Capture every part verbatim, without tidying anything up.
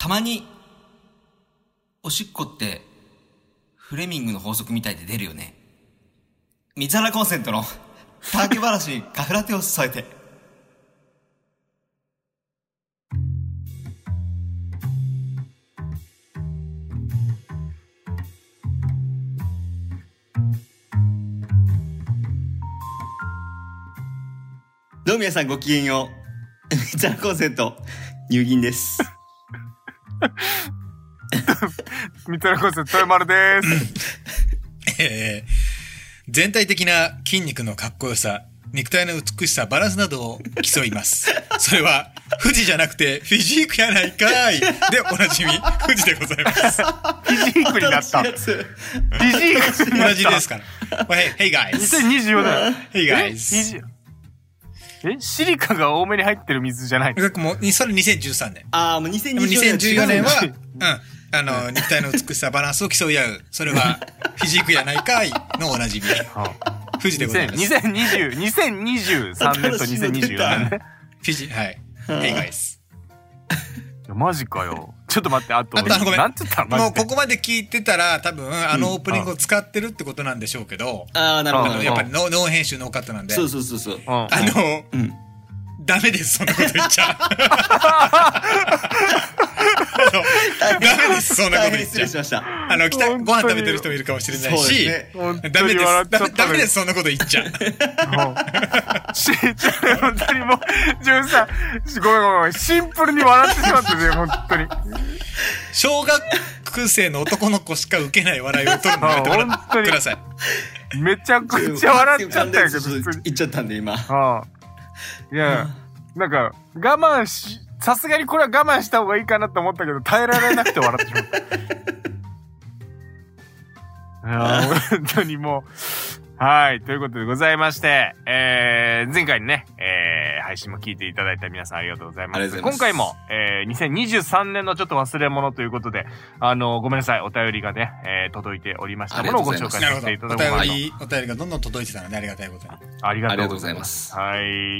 たまにおしっこってフレミングの法則みたいで出るよね。三原コンセントのたわけ話にカフラテを添えて。どうも皆さんごきげんよう。三原コンセント入銀です。 三原コンセント豊丸です。 えー、全体的な筋肉のかっこよさ、肉体の美しさ、バランスなどを競います。それは富士じゃなくてフィジークやないかいでおなじみ富士でございます。 フィジークになった。フィジークになった。 同じですから。Hey, hey guys。 にせんにじゅうよねん。 Hey guys。 えシリカが多めに入ってる水じゃないの？ もうそれにせんじゅうさんねん。 ああ、もうにせんにじゅうよねん。 にせんじゅうよねんは、うん、あの肉体の美しさ、バランスを競い合う。それはフィジークやないかいのおなじみ。富士でございます。 にせんにじゅう、にせんにじゅうさんねんとにせんにじゅうよねんね。 フィジー、はい。Hey guys。 マジかよ。ちょっと待って、あと、 あとあのごめん。 なんて言ったの？ もうここまで聞いてたら、多分、あのオープニングを使ってるってことなんでしょうけど。 ああ、なるほど。 やっぱりノー編集ノーカットなんで。 そうそうそうそう。 あの、うん。ダメです、そんなこと言っちゃ。ダメです、そんなこと言っちゃ。あの、来た、ご飯食べてる人もいるかもしれないし、ダメです、ダメです、そんなこと言っちゃ。 し、本当にもう、ジュンさん、ごめんごめん、シンプルに笑ってしまってね、本当に。 小学生の男の子しか受けない笑いを取るのやめてください。めちゃくちゃ笑っちゃったよけど、 言っちゃったんで、今。 いや、なんか、我慢し、さすがにこれは我慢した方がいいかなと思ったけど、耐えられなくて笑ってしまった。いや、本当にもう、はい、ということでございまして、えー、前回にね、えー、配信も聞いていただいた皆さんありがとうございます。今回も、えー、にせんにじゅうさんねんのちょっと忘れ物ということで、あの、ごめんなさい、お便りがね、えー、届いておりましたものをご紹介させていただきます。 お便り、お便りがどんどん届いてたのでありがたいことに。 ありがとうございます。はい。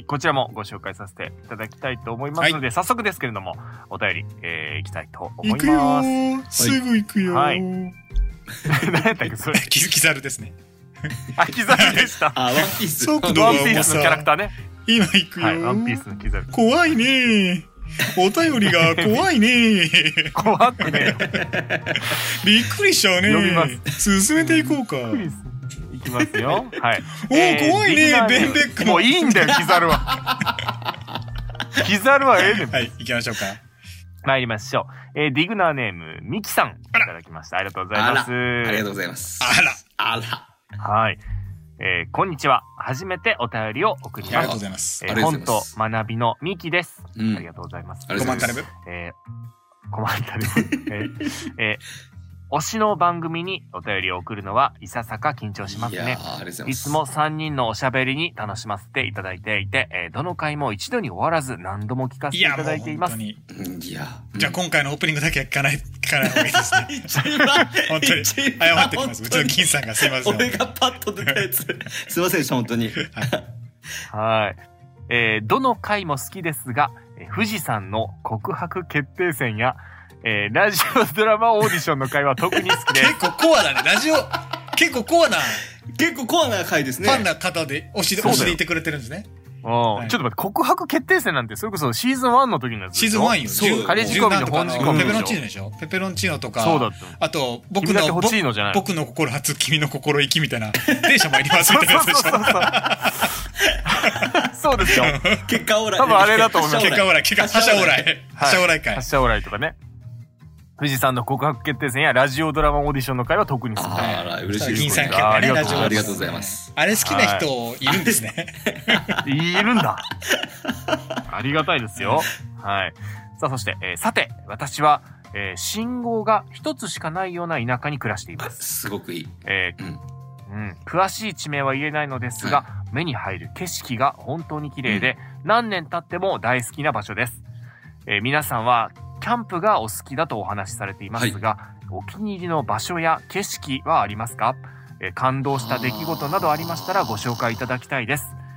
こちらもご紹介させていただきたいと思いますので、はい、早速ですけれども、お便り、えー、いきたいと思います。 行くよすぐ行くよはい。何やったっけそれ。 キズキザルですね。 あ、キザルでした。 あ、ワンピース。 ワンピースのキャラクターね。 今行くよ。 はい、ワンピースのキザル。 怖いねお便りが怖いね怖くねびっくりしちゃうね読みます。 進めていこうか。 いきますよ。はい。 おー、怖いねベンベックもういいんだよ、キザルは。キザルはええねん。 はい、行きましょうか。 参りましょう。えー、ディグナーネーム、ミキさん。いただきました。ありがとうございます。 ありがとうございます。 あら。 あら。 はい。えー、こんにちは。初めてお便りを送ります。 ありがとうございます。 えー、本と学びのミキです、うん。ありがとうございます。 コマンタレブ。 えー、コマンタレブ。えー、えー、推しの番組にお便りを送るのはいささか緊張しますね。い, いつもさんにんのおしゃべりに楽しませていただいていて、えー、どの回も一度に終わらず何度も聞かせていただいています。 いや、もう本当に。いや、じゃあ今回のオープニングだけは聞かない、聞かない方がいいですね。本当に。謝ってきます。うちの金さんがすいません。 俺がパッと出たやつ。すいませんでした、本当に。 はい。えー、どの回も好きですが、えー、富士山の告白決定戦や、えー、ラジオドラマオーディションの回は特に好きです。 結構コアだね。ラジオ、結構コアな。 結構コアな回ですね。 ファンな方で推しで、推しでいてくれてるんですね。 はい、ちょっと待って、告白決定戦なんて、それこそシーズンワンの時のやつ。 シーズンワンよ。 そう。仮仕込みの本仕込み。 ペペロンチーノでしょペペロンチーノとか。 そうだった。 あと、僕の、僕の心初、君の心意気みたいな、電車参りますみたいなやつでしょ。そうそうそう。 そうですよ。 結果オーライ。 多分あれだと思います。 結果オーライ。結果、発射オーライ。発射オーライ会。 発射オーライとかね。富士山の告白決定戦やラジオドラマオーディションの会は特に好き。 あら、嬉しい。 銀さん結構ね、 ラジオありがとうございます。 あれ好きな人いるんですね。 いるんだ。ありがたいですよ。はい。さあ、そして、えー、さて、私は、えー、信号が一つしかないような田舎に暮らしています。 すごくいい。 えー、うん。うん、詳しい地名は言えないのですが、はい、目に入る景色が本当に綺麗で、うん、何年経っても大好きな場所です。えー、皆さんはキャンプがお好きだとお話しされていますが、はい、お気に入りの場所や景色はありますか？えー、感動した出来事などありましたらご紹介いただきたいです。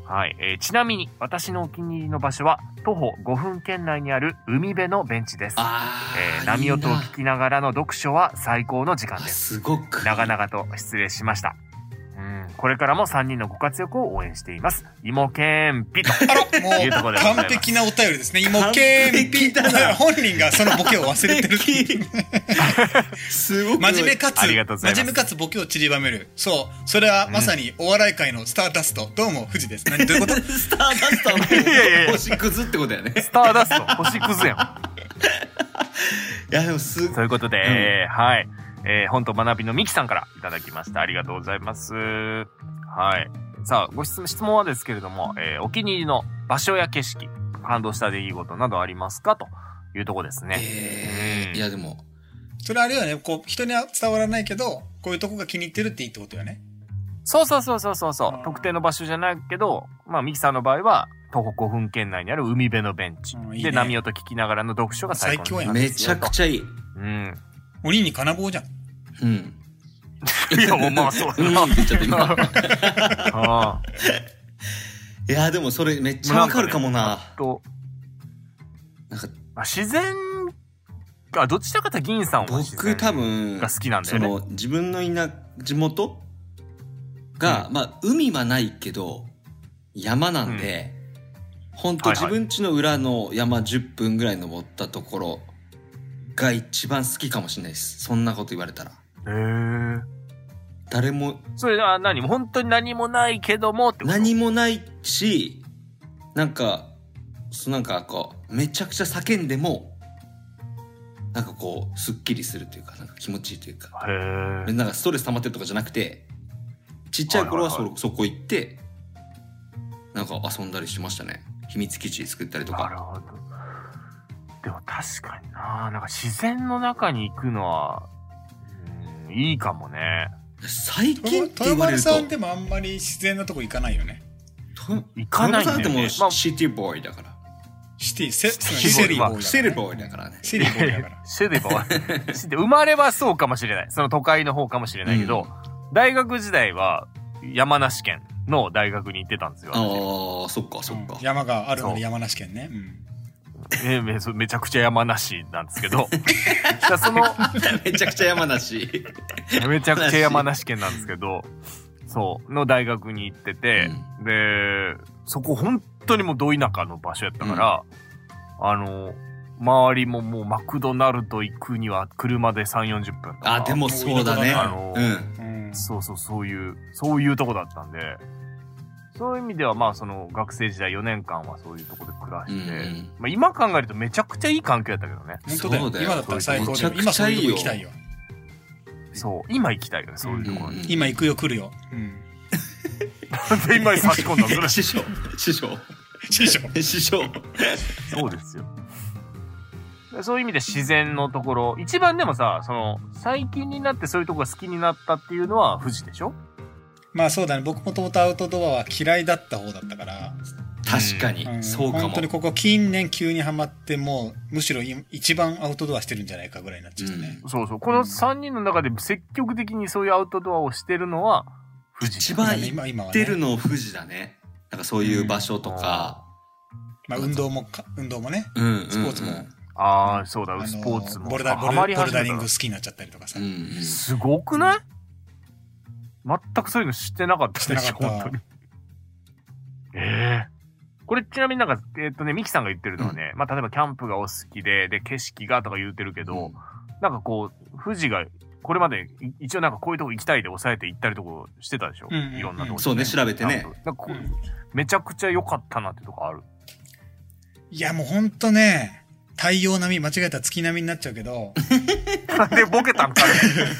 はい、えー、ちなみに私のお気に入りの場所は徒歩ごふん圏内にある海辺のベンチです。 あえー、波音を聞きながらの読書は最高の時間です。 すごく長々と失礼しました。うん、これからもさんにんのご活躍を応援しています。芋けんぴというところでございます。 完璧なお便りですね。芋けんぴ本人がそのボケを忘れてるすごく真面目かつありがとうございます。 真面目かつボケを散りばめる。そうそれはまさにお笑い界のスターダスト。どうも藤です。何どういうことスターダストのいやいやいや星屑ってことだよね。 スターダスト星屑やん。 いやでもすということで、うん、はいえー、本と学びのミキさんからいただきました。ありがとうございます。はい。さあ、ご質問、質問はですけれども、えー、お気に入りの場所や景色、感動した出来事などありますかというとこですね。 えー、いやでも。 それあれよね、こう、人には伝わらないけど、こういうとこが気に入ってるっていいってことよね。 そうそうそうそうそうそう。特定の場所じゃないけど、まあ、ミキさんの場合は、徒歩ごふん圏内にある海辺のベンチ。うん、いいね、で、波音聞きながらの読書が最高や。 めちゃくちゃいい。 うん。 鬼に金棒じゃん。 うん。 いや、もうまあそう。 うんって言っちゃった今。あいや、でもそれめっちゃわかるかもな。 なんかね、となんか、まあ、自然が、どっちかというと銀さんは自然僕多分が好きなんだよね。 その自分のいな地元が、うん、まあ海はないけど山なんで、うん、ほんと自分家の裏の山じゅっぷんぐらい登ったところが一番好きかもしれないです。そんなこと言われたら。 へー。 誰も。 それは何も本当に何もないけどもってこと？ 何もないし、なんか、そなんかこう、めちゃくちゃ叫んでも、なんかこう、すっきりするというか、なんか気持ちいいというか。 へー。 なんかストレス溜まってるとかじゃなくて、ちっちゃい頃は そ,、はいはいはい、そこ行って、なんか遊んだりしましたね。秘密基地作ったりとか。 なるほど。でも確かにな、なんか自然の中に行くのは、うん、いいかもね。 最近って言われると。 豊丸さんでもあんまり自然なとこ行かないよね。 行かないんだよね。 豊丸さんってもうシティボーイだから。 シティ、セ、シティボーイだから、ね。 シティボーイだからね。 シティボーイだから。 シティボーイ。シティ、生まれはそうかもしれない。その都会の方かもしれないけど、うん、大学時代は山梨県の大学に行ってたんですよ。 ああ、そっかそっか、 うん。山があるので山梨県ね。うん。 えー、めちゃくちゃ山梨なんですけどそのめちゃくちゃ山梨めちゃくちゃ山梨県なんですけど、そうの大学に行ってて、うん、でそこ本当にもうど田舎の場所やったから、うん、あの周りももうマクドナルド行くには車でさんじゅうよんじゅっぷんとか。 あでもそうだね。 あの、うん、そうそうそういうそういうとこだったんで。そういう意味ではまあその学生時代よねんかんはそういうところで暮らして、うんうん、まあ今考えるとめちゃくちゃいい環境やったけどね。 本当だよ。今だったら最高で、今そういうとこ行きたいよ。 そう、今行きたいよね、そういうところに。 うんうん、今行くよ来るよ。うん。 なんで今に差し込んだのそれ。 師匠。師匠。 師匠。 師匠。 そうですよ。そういう意味で自然のところ、一番でもさ、その最近になってそういうところが好きになったっていうのは富士でしょ？ まあそうだね。僕もともとアウトドアは嫌いだった方だったから。 確かに、うん、そうかも。 本当にここ近年急にハマってもうむしろ一番アウトドアしてるんじゃないかぐらいになっちゃったね。 うん、そうそう。このさんにんの中で積極的にそういうアウトドアをしてるのは富士。 一番行ってるの富士だね。なんかそういう場所とか。 うん、まあ運動もか運動もね。 うんうんうん、 スポーツも。 ああそうだ、スポーツもボルダボルボルダリング好きになっちゃったりとかさ。 うんうん、 すごくない？全くそういうの知ってなかったね、本当に。 ええー。これちなみになんか、えっとね、ミキさんが言ってるのはね、うん、まあ例えばキャンプがお好きで、で、景色がとか言ってるけど、うん、なんかこう、富士が、これまで一応なんかこういうとこ行きたいで抑えて行ったりとこしてたでしょ、うんうんうん、いろんなとこ、ね。 そうね、調べてね。 なんかこう、うん、めちゃくちゃ良かったなってとこある。 いやもうほんとね、太陽並み、間違えたら月並みになっちゃうけど。 なんでボケたんかね。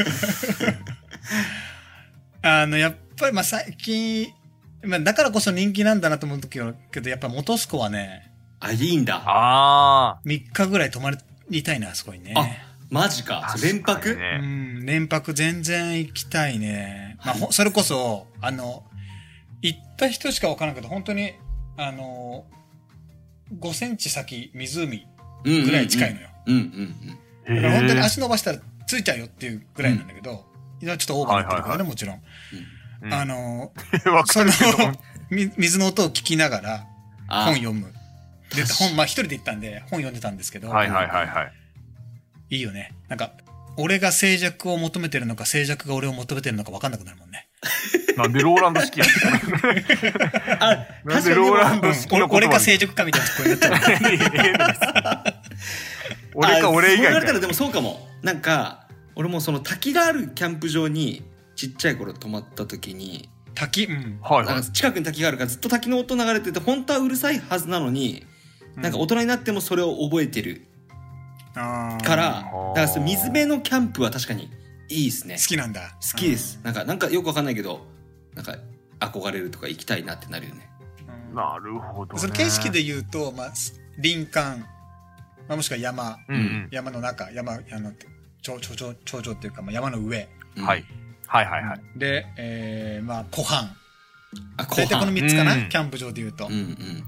あの、やっぱり、まあ、最近、まあ、だからこそ人気なんだなと思うけど、やっぱ元栖湖はね。 あ、いいんだ。 ああ。 みっかぐらい泊まりたいな、あそこにね。 あ、マジか。連泊、 ね、うん、連泊全然行きたいね。まあ、それこそ、あの、行った人しかわからんけど、本当に、あの、ごセンチ先、湖ぐらい近いのよ。 うんうんうん。だから本当に足伸ばしたらついちゃうよっていうぐらいなんだけど、うん、ちょっとオーバーになってるからね、もちろん。うん、あの、 わかるけど。 水の音を聞きながら本読む。で、本、まあ一人で行ったんで本読んでたんですけど。 はいはいはいはい。 いいよね。なんか、俺が静寂を求めてるのか、静寂が俺を求めてるのか分かんなくなるもんね。 なんでローランド式やあ、 なんでローランド式の言葉、 俺か静寂かみたいなとこになっちゃう。 俺か俺以外か。そう言われたらでもそうかも。なんか、俺もその滝があるキャンプ場にちっちゃい頃泊まった時に、 滝、うん、 はいはい、 近くに滝があるからずっと滝の音流れてて、本当はうるさいはずなのに、うん、なんか大人になってもそれを覚えてるから、だからその水辺のキャンプは確かにいいですね。 好きなんだ。 好きです。なんかなんかよくわかんないけど、なんか憧れるとか行きたいなってなるよね。 なるほどね。 その景色で言うと、まあ林間、まあ、もしくは山、 うんうん、 山の中、山あの頂頂頂頂上っていうか、まあ、山の上、 うん、はいはいはいはい。 で、えー、まあ湖畔。 あ、湖畔。 大体このみっつかな、 うん、 キャンプ場で言うと。 うんうん、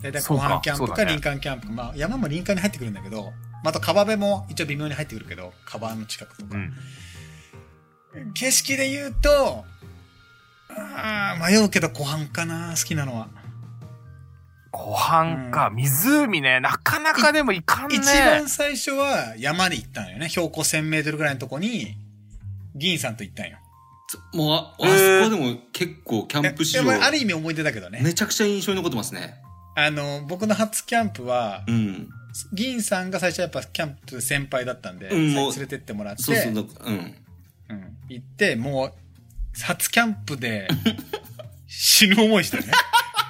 大体湖畔キャンプか林間キャンプか、ね、まあ山も林間に入ってくるんだけど、また川辺も一応微妙に入ってくるけど、川の近くとか。うん、景色で言うと、あ迷うけど湖畔かな、好きなのは。 湖畔か、うん、湖ね、なかなかでも行かんね。 一番最初は山で行ったんよね。標高せんメートルぐらいのとこに、議員さんと行ったんよ。 もう あ, あそこでも結構キャンプ史上、 ある意味思い出だけどね。 めちゃくちゃ印象に残ってますね。 あの、僕の初キャンプは、 うん、 議員さんが最初はやっぱキャンプ先輩だったんで、うん、連れてってもらって、 そうそう、うん。 うん。行って、もう、初キャンプで、死ぬ思いしたよね。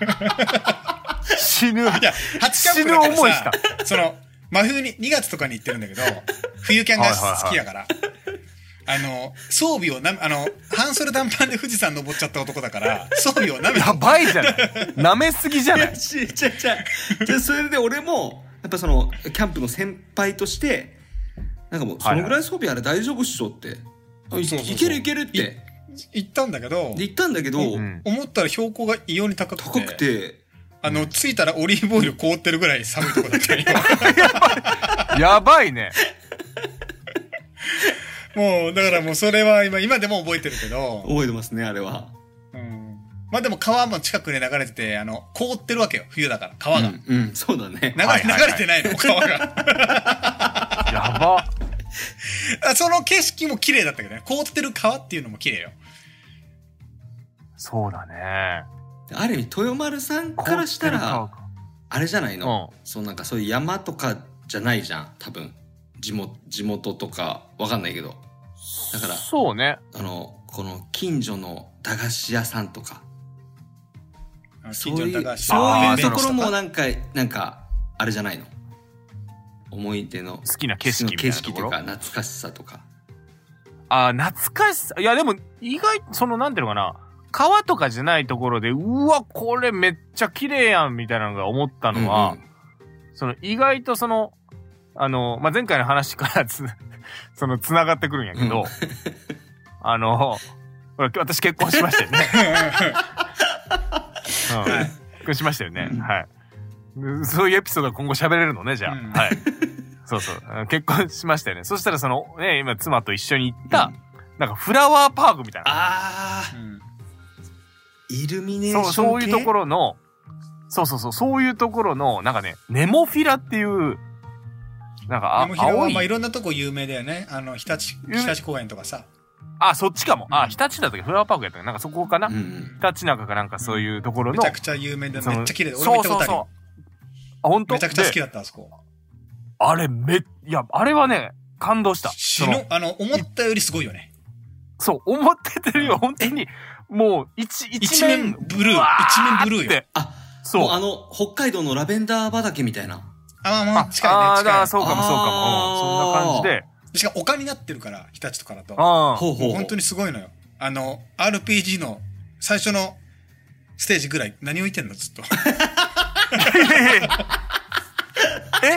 死ぬ。いや、 初キャンプだからさ、死ぬ思いした。その、真冬に、にがつとかに行ってるんだけど、冬キャンが好きやから、はいはいはい、あの、装備をな、あの、半袖短パンで富士山登っちゃった男だから、装備を舐めやばいじゃない。舐めすぎじゃない。 ちゃちゃちゃ。じゃそれで俺も、やっぱその、キャンプの先輩として、なんかもう、そのぐらい装備あれ大丈夫っしょって。はいはい、いけるいけるって。 行ったんだけど、 行ったんだけど、 うん、思ったら標高が異様に高くて。 高くて。 あの、着いたらオリーブオイル凍ってるぐらい寒いとこだったよ。 やばいね。 もう、だからもうそれは今、今でも覚えてるけど。 覚えてますね、あれは。 うん。まあでも川も近くで流れてて、あの、凍ってるわけよ、冬だから、川が。 うん、うん、そうだね。 流れ、はいはいはい、流れてないの、川が。 やば。 その景色も綺麗だったけどね。凍ってる川っていうのも綺麗よ。 そうだね。 ある意味、豊丸さんからしたら、あれじゃないの、うん、そうなんかそういう山とかじゃないじゃん、多分。地元、地元とか、わかんないけど。だから、 そうね。 あの、この近所の駄菓子屋さんとか。 近所の駄菓子そういうところもなんか、なんか、あれじゃないの。思い出の。 好きな景色みたいなところ。景色というか、 懐かしさとか。 ああ、懐かしさ。いや、でも、意外、その、なんていうのかな。川とかじゃないところで、うわ、これめっちゃ綺麗やん、みたいなのが思ったのは、うんうん、その、意外とその、あの、まあ、前回の話からつ、その、繋がってくるんやけど、うん、あの、私結婚しましたよね。うん、結婚しましたよね。うん、はい。そういうエピソードは今後喋れるのね、じゃあ。うん、はい。そうそう。結婚しましたよね。そしたらその、ね、今妻と一緒に行った、うん、なんかフラワーパークみたいな。 ああ、うん。イルミネーション系？ そう、そういうところの、そうそうそう、そういうところの、なんかね、ネモフィラっていう、なんか、あ、 ネモフィラはまあいろんなとこ有名だよね。あの、日立、日立公園とかさ。 あ、そっちかも。あ、日立だったっけフラワーパークやったっけなんかそこかな、うん、日立中かなんかそういうところの。 めちゃくちゃ有名で、めっちゃ綺麗で。俺も行ったことある。そうそうそう。 あ、本当？ めちゃくちゃ好きだった、あそこ。 あれ、め、いや、あれはね、感動した。 死ぬ、あの、思ったよりすごいよね。 そう、思っててるよ、本当に。もう、一、 一面ブルー。一面ブルーよ。 あ、そう。あの、北海道のラベンダー畑みたいな。 あ、まあまあ、近いね。 ああ、そうかもそうかも。そんな感じで。 しかも丘になってるから、日立とかだと。 ああ。 ほうほう。本当にすごいのよ。あの、アールピージー の最初のステージぐらい、何を言ってんのずっと。 え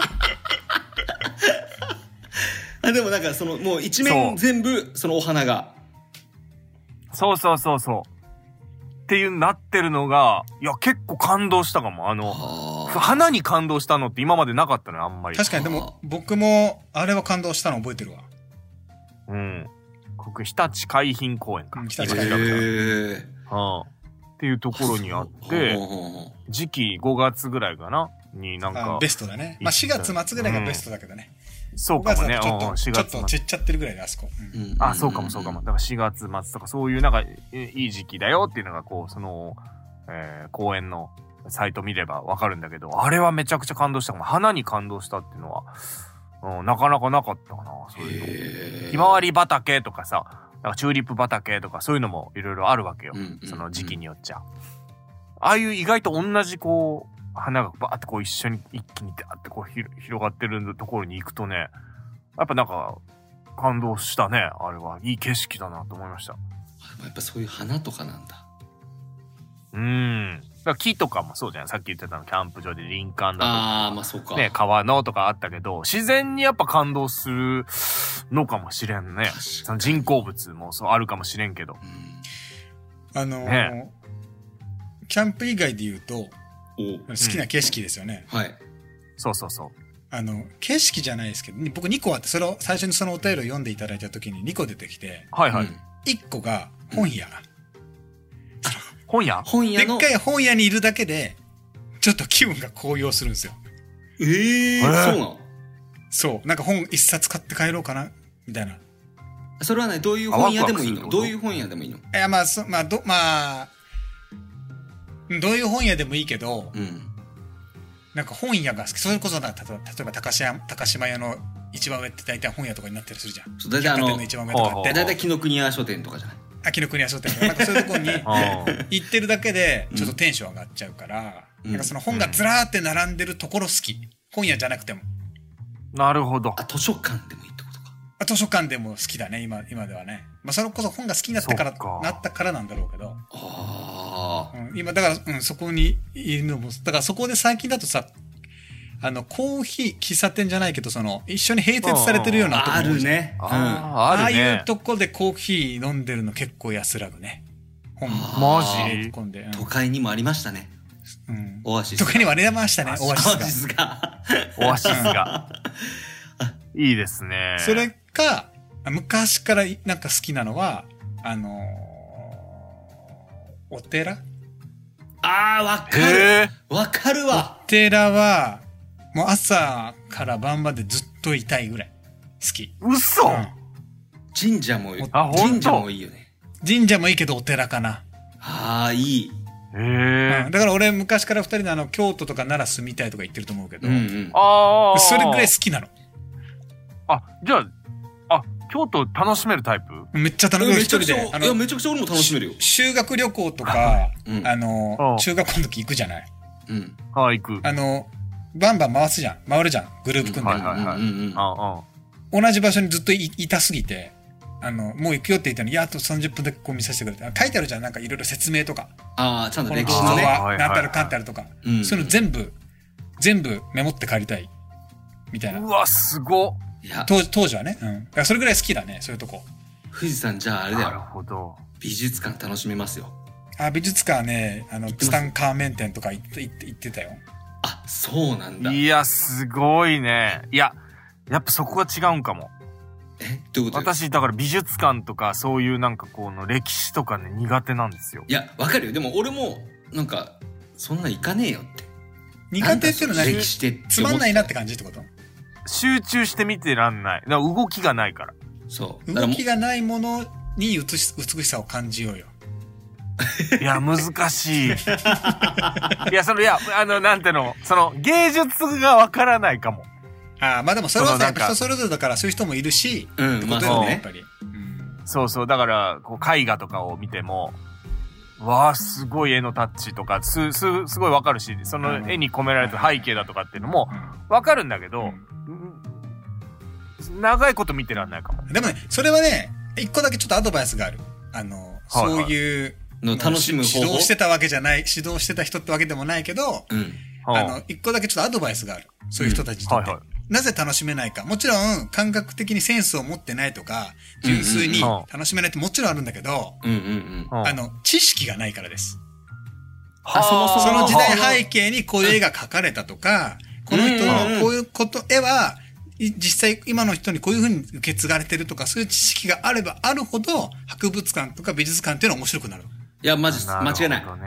あ、でもなんかその、もう一面全部、そのお花が。 そうそうそうそう。っていうなってるのが、いや、結構感動したかも。あの、花に感動したのって今までなかったのよ、あんまり。 確かに、でも、僕も、あれは感動したの覚えてるわ。 うん。ここ、日立海浜公園か。 うん、日立海浜公園。 うん。っっていうところにあって、時期ごがつぐらいかなになんか。 ベストだね。まあしがつ末ぐらいがベストだけどね。 うん、そうかもね。 ちょっと、ちょっと散っちゃってるぐらいで、あそこ。 うん、あ、そうかもそうかも。だからしがつ末とかそういうなんかいい時期だよっていうのがこう、その、えー、公園のサイト見ればわかるんだけど、あれはめちゃくちゃ感動したかも。花に感動したっていうのは、うん、なかなかなかったかな、そういうの。ひまわり畑とかさ、なんかチューリップ畑とかそういうのもいろいろあるわけよ、うんうんうん。その時期によっちゃ。ああいう意外と同じこう、花がバーってこう一緒に一気にダーってこうひ広がってるところに行くとね、やっぱなんか感動したね、あれは。いい景色だなと思いました。 やっぱそういう花とかなんだ。 うーん。だから木とかもそうじゃん。さっき言ってたの、キャンプ場で林間だとか。 ああ、まあそうか。 ね、川のとかあったけど、自然にやっぱ感動するのかもしれんね。その人工物もそうあるかもしれんけど。 うん、あのーね、キャンプ以外で言うと、好きな景色ですよね、 うん。はい。 そうそうそう。 あの、景色じゃないですけど、僕にこあって、それを最初にそのお便りを読んでいただいた時ににこ出てきて、 はいはい。 いっこが本屋。うん本屋本屋のでっかい本屋にいるだけで、ちょっと気分が高揚するんですよ。 ええー、そうなの？ そう。なんか本一冊買って帰ろうかな、みたいな。 それはね、どういう本屋でもいいの？どういう本屋でもいいの？いや、まあ、そ、まあ、ど、まあ、どういう本屋でもいいけど、うん、なんか本屋が好き。それこそな、例えば高島、高島屋の一番上って大体本屋とかになったりするじゃん。 そう、大体あの、 百貨店の一番上とかって。 大体紀ノ国屋書店とかじゃない？ 秋の国屋書店とか、なんかそういうところに行ってるだけで、ちょっとテンション上がっちゃうから、うん、なんかその本がずらーって並んでるところ好き。本屋じゃなくても。 なるほど。 あ、図書館でもいいってことか。 あ、図書館でも好きだね、今、今ではね。まあ、それこそ本が好きになってから、なったからなんだろうけど。 ああ、 うん。今、だから、うん、そこにいるのも、だからそこで最近だとさ、あの、コーヒー、喫茶店じゃないけど、その、一緒に併設されてるようなところあるね。 うん。あああいうとこでコーヒー飲んでるの結構安らぐね。 本マジ込んで、うん、 都会にもありましたね。うん。オアシス。 都会にもありましたね、オアシスが。 オアシスが。 オアシスが。いいですね。 それか、昔からなんか好きなのは、あのー、お寺？ ああ、わかる。わかるわ。 お寺は、もう朝から晩までずっといたいぐらい好き。 嘘、うん、 神社もいい。 神社もいいよね。 神社もいいけどお寺かな。 ああ、いい。 へえ、 うん。だから俺昔から二人のあの京都とか奈良住みたいとか言ってると思うけど、うんうん、 あそれぐらい好きなの。 あ、じゃあ、あ、京都楽しめるタイプ？ めっちゃ楽しめる。 めちゃくちゃ、いや、めちゃくちゃ俺も楽しめるよ。 修学旅行とか、うん、あの、中学校の時行くじゃない。 うん。ああ、行く。 あの、バンバン回すじゃん。回るじゃん。グループ組んで。 はいはいはい。 同じ場所にずっと い, いたすぎて、あの、もう行くよって言ったのに、いや、あとさんじゅっぷんだけこう見させてくれて。書いてあるじゃん。なんかいろいろ説明とか。 ああ、ちゃんと歴史のね。なんたるかんたるとか。そういうの全部、全部メモって帰りたい。みたいな。 うわ、すごいや当時、当時はね。うん。だからそれぐらい好きだね。そういうとこ。 富士山じゃああれだよ。 なるほど。 美術館楽しめますよ。 あ、美術館はね、あの、ツタンカーメン展とか行って、行って、行ってたよ。 あ、そうなんだ。 いや、すごいね。いや、やっぱそこは違うんかも。 え、どういうこと？ 私、だから美術館とかそういうなんかこの歴史とかね、苦手なんですよ。 いや、わかるよ。でも俺も、なんか、そんな行かねえよって。 苦手っていうのは何？歴史ってつまんないなって感じってこと？ 集中して見てらんない。だから動きがないから。 そう。 動きがないものに美し、美しさを感じようよ。 いや、難しい。いや、その、いや、あの、なんていうの、その、芸術がわからないかも。 ああ、まあでもそれはさ、人それぞれだからそういう人もいるし、 うん、まあそうね。やっぱり。 うん、そうそう、だから、こう、絵画とかを見ても、わあ、すごい絵のタッチとか、す、す、すごいわかるし、その絵に込められた背景だとかっていうのも、わかるんだけど、うんうん、長いこと見てらんないかも。 でもね、それはね、一個だけちょっとアドバイスがある。あの、はいはい、そういう、 の楽しむ方法。 指導してたわけじゃない、指導してた人ってわけでもないけど、うん、あの、一個だけちょっとアドバイスがある。そういう人たちにとって。うんはいはい、なぜ楽しめないか。もちろん、感覚的にセンスを持ってないとか、純粋に楽しめないってもちろんあるんだけど、 うんうんうん、 あの、知識がないからです。 あ、そもそも。 その時代背景にこういう絵が描かれたとか、この人のこういうこと、絵は、実際今の人にこういう風に受け継がれてるとか、そういう知識があればあるほど、博物館とか美術館っていうのは面白くなる。 いや、マジ、間違いない。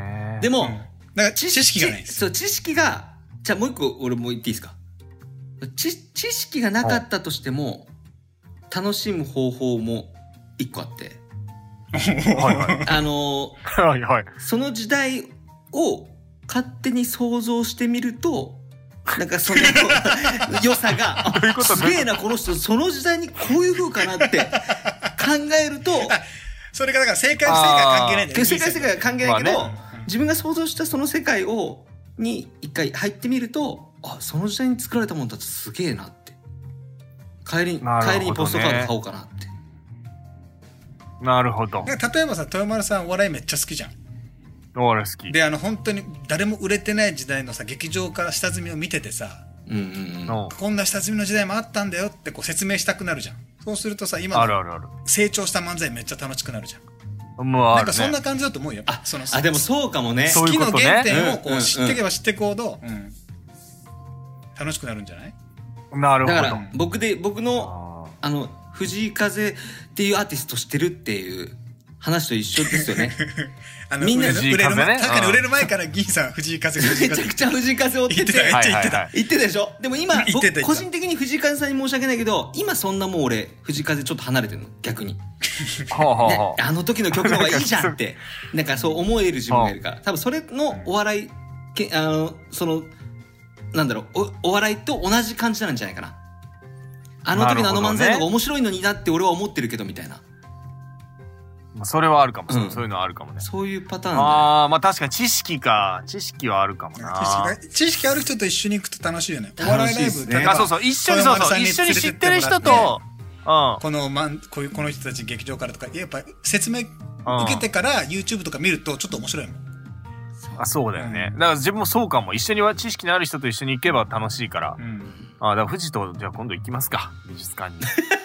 でも、 うん、だから知識がないんです。 そう、知識が、じゃあもう一個俺も言っていいですか。知、知識がなかったとしても、楽しむ方法も一個あって。 はいはい。 あのー、はいはい。 その時代を勝手に想像してみると、なんかその良さが、 どういうこと？ すげえなこの人、その時代にこういう風かなって考えると、 それがだから正解不正解関係ないんだよね。 正解不正解は関係ないけど、 まあね、 自分が想像したその世界をに一回入ってみると、あ、その時代に作られたものたちすげえなって。帰りに、 ね、 帰りにポストカード買おうかなって。 なるほど。 例えばさ、豊丸さんお笑いめっちゃ好きじゃん。 お笑い好き。 で、あの本当に誰も売れてない時代のさ、劇場から下積みを見ててさ、 うんうんうん、 こんな下積みの時代もあったんだよってこう説明したくなるじゃん。そうするとさ、今あるあるある成長した漫才めっちゃ楽しくなるじゃん。 もうあるね、 なんかそんな感じだと思うよ。 あ、 そのあ、でもそうかもね。 好きの原点をこうう知っていけば知っていくほど、うん、楽しくなるんじゃない？ なるほど。 だから僕で、僕の、あの、藤井風っていうアーティスト知ってるっていう話と一緒ですよね。 あのみんな売れる前、確かに売れる前から銀さん藤井風藤井風めちゃくちゃ藤井風を追ってて言ってた言ってた言ってたでしょ。でも今僕個人的に藤井風さんに申し訳ないけど、今そんなもう俺藤井風ちょっと離れてるの逆に。ね、あの時の曲の方がいいじゃんってなんかそう思える自分がいるから、多分それのお笑いけあのそのなんだろう お, お笑いと同じ感じなんじゃないかな。あの時のあの漫才の方が面白いのになって俺は思ってるけどみたいな。 それはあるかも、うん、そういうのはあるかもね。 そういうパターン。 ああ、まあ確かに知識か。知識はあるかもな。 知識、知識ある人と一緒に行くと楽しいよね。お笑いライブね。あ、そうそう。一緒にそうそう。一緒に知ってる人と、 うん、このまんこういうこの人たち劇場からとかやっぱ説明受けてから YouTube とか見るとちょっと面白いもん。 あ、そうだよね。だから自分もそうかも。一緒には知識のある人と一緒に行けば楽しいから。うん、あ、だから富士とじゃあ今度行きますか。美術館に。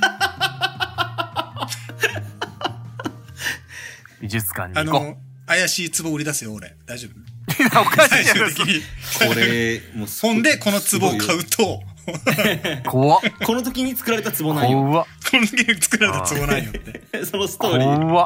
美術館に行こう。あの怪しい壺売り出すよ俺。大丈夫？ おかしいじゃん。 これもうほんでこの壺を買うと怖っ。 この時に作られた壺なんよ。 怖っ。この時に作られた壺なんよって。 そのストーリー。 怖っ。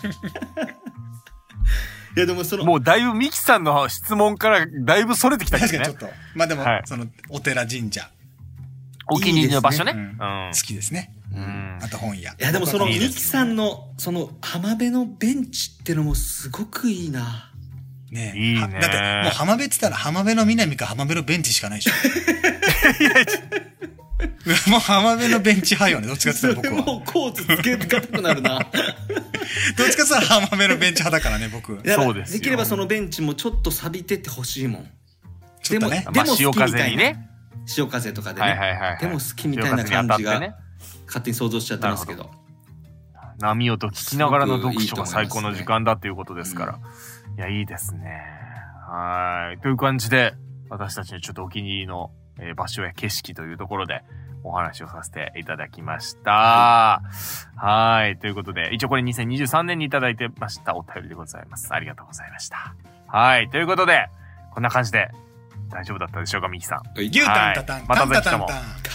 いやでもそのもうだいぶミキさんの質問からだいぶそれてきたけどね。 確かにちょっと。まあでも、はい、そのお寺神社。 お気に入りの場所ね。 いいですね。うん。好きですね。うん、あと本屋。 いやでもそのミキさんのその浜辺のベンチってのもすごくいいな。 ねえ。 いいね。 だってもう浜辺って言ったら浜辺の南か浜辺のベンチしかないでしょ。いやもう浜辺のベンチ派よね。どっちかって言ったら僕は。 もうコーツつけたくなるな。どっちかって言ったら浜辺のベンチ派だからね僕。 そうですよ。 できればそのベンチもちょっと錆びててほしいもん。 ちょっとね。 でも、 まあ、潮風にね。 潮風とかでね、 はいはいはいはい、 でも好きみたいな感じが、ね、勝手に想像しちゃってますけど、 波音聞きながらの読書が最高の時間だということですから、うん、いやいいですね。はいという感じで私たちにちょっとお気に入りの、えー、場所や景色というところでお話をさせていただきました。はい、はいということで一応これにせんにじゅうさんねんにいただいてましたお便りでございます。ありがとうございました。はいということでこんな感じで大丈夫だったでしょうか、ミキさん。 牛タンタタン、 またぜひとも。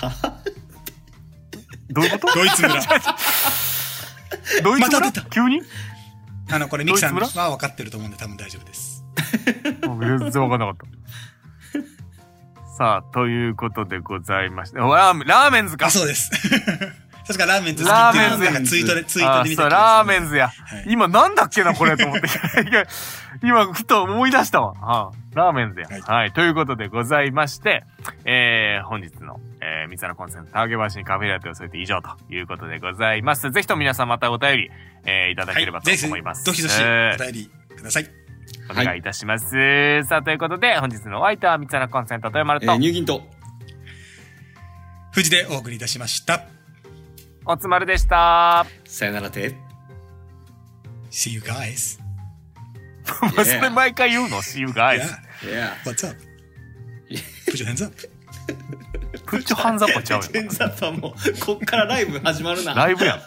どういうこと？ ドイツ村。 ドイツ村？急に？ あの、これミキさんは分かってると思うんで多分大丈夫です。 全然分かんなかった。さあ、ということでございまして、ラーメン、ラーメンズか。 あ、そうです。確かラーメンズ好きっていうなんかツイートで、ツイートで見た気がする。 ラーメンズや。はい、今なんだっけな、これと思って。今、ふと思い出したわ。はあ、ラーメンズや、はい。はい。ということでございまして、えー、本日の、えー、三つ穴コンセント、揚げ橋にカフェラテを添えて以上ということでございます。ぜひとも皆さんまたお便り、えー、いただければと思います。 はい、ぜひ、どしどしお便りください。 お願いいたします。はい、さあ、ということで、本日のお相手は三つ穴コンセント、豊丸と、 えー、乳銀と、 藤でお送りいたしました。 おつまるでした。 さよならて。 See you guys. それ毎回言うの ?See you guys. Yeah. What's up? Put your hands up. Put your hands up はちゃうよ。 Put your hands up はもう、こっからライブ始まるな。 ライブやん。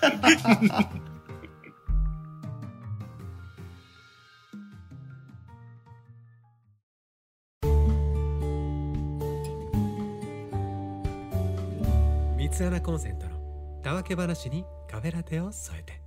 三つ穴コンセントのたわけ話にカフェラテを添えて。